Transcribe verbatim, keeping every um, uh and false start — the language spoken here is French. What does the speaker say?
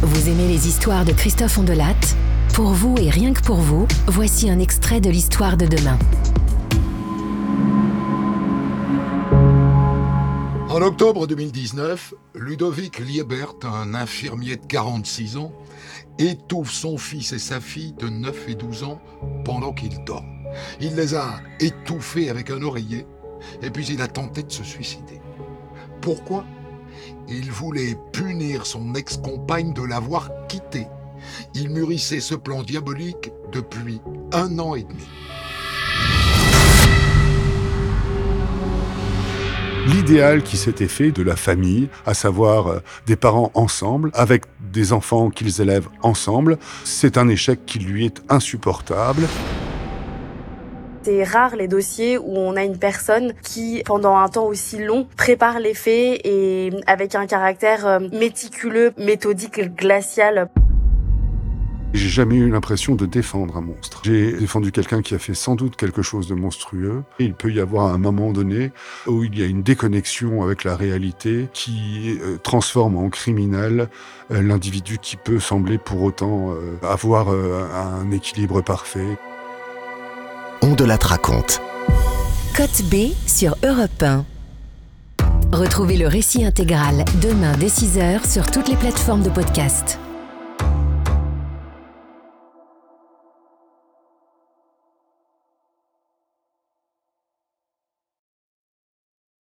Vous aimez les histoires de Christophe Ondelat ? Pour vous et rien que pour vous, voici un extrait de l'histoire de demain. En octobre deux mille dix-neuf, Ludovic Liebert, un infirmier de quarante-six ans, étouffe son fils et sa fille de neuf et douze ans pendant qu'ils dorment. Il les a étouffés avec un oreiller et puis il a tenté de se suicider. Pourquoi ? Il voulait punir son ex-compagne de l'avoir quitté. Il mûrissait ce plan diabolique depuis un an et demi. L'idéal qui s'était fait de la famille, à savoir euh, des parents ensemble, avec des enfants qu'ils élèvent ensemble, c'est un échec qui lui est insupportable. C'est rare les dossiers où on a une personne qui, pendant un temps aussi long, prépare les faits et avec un caractère méticuleux, méthodique, glacial. J'ai jamais eu l'impression de défendre un monstre. J'ai défendu quelqu'un qui a fait sans doute quelque chose de monstrueux. Il peut y avoir un moment donné où il y a une déconnexion avec la réalité qui transforme en criminel l'individu qui peut sembler pour autant avoir un équilibre parfait. Ondelat raconte. Côte B sur Europe un. Retrouvez le récit intégral demain dès six heures sur toutes les plateformes de podcast.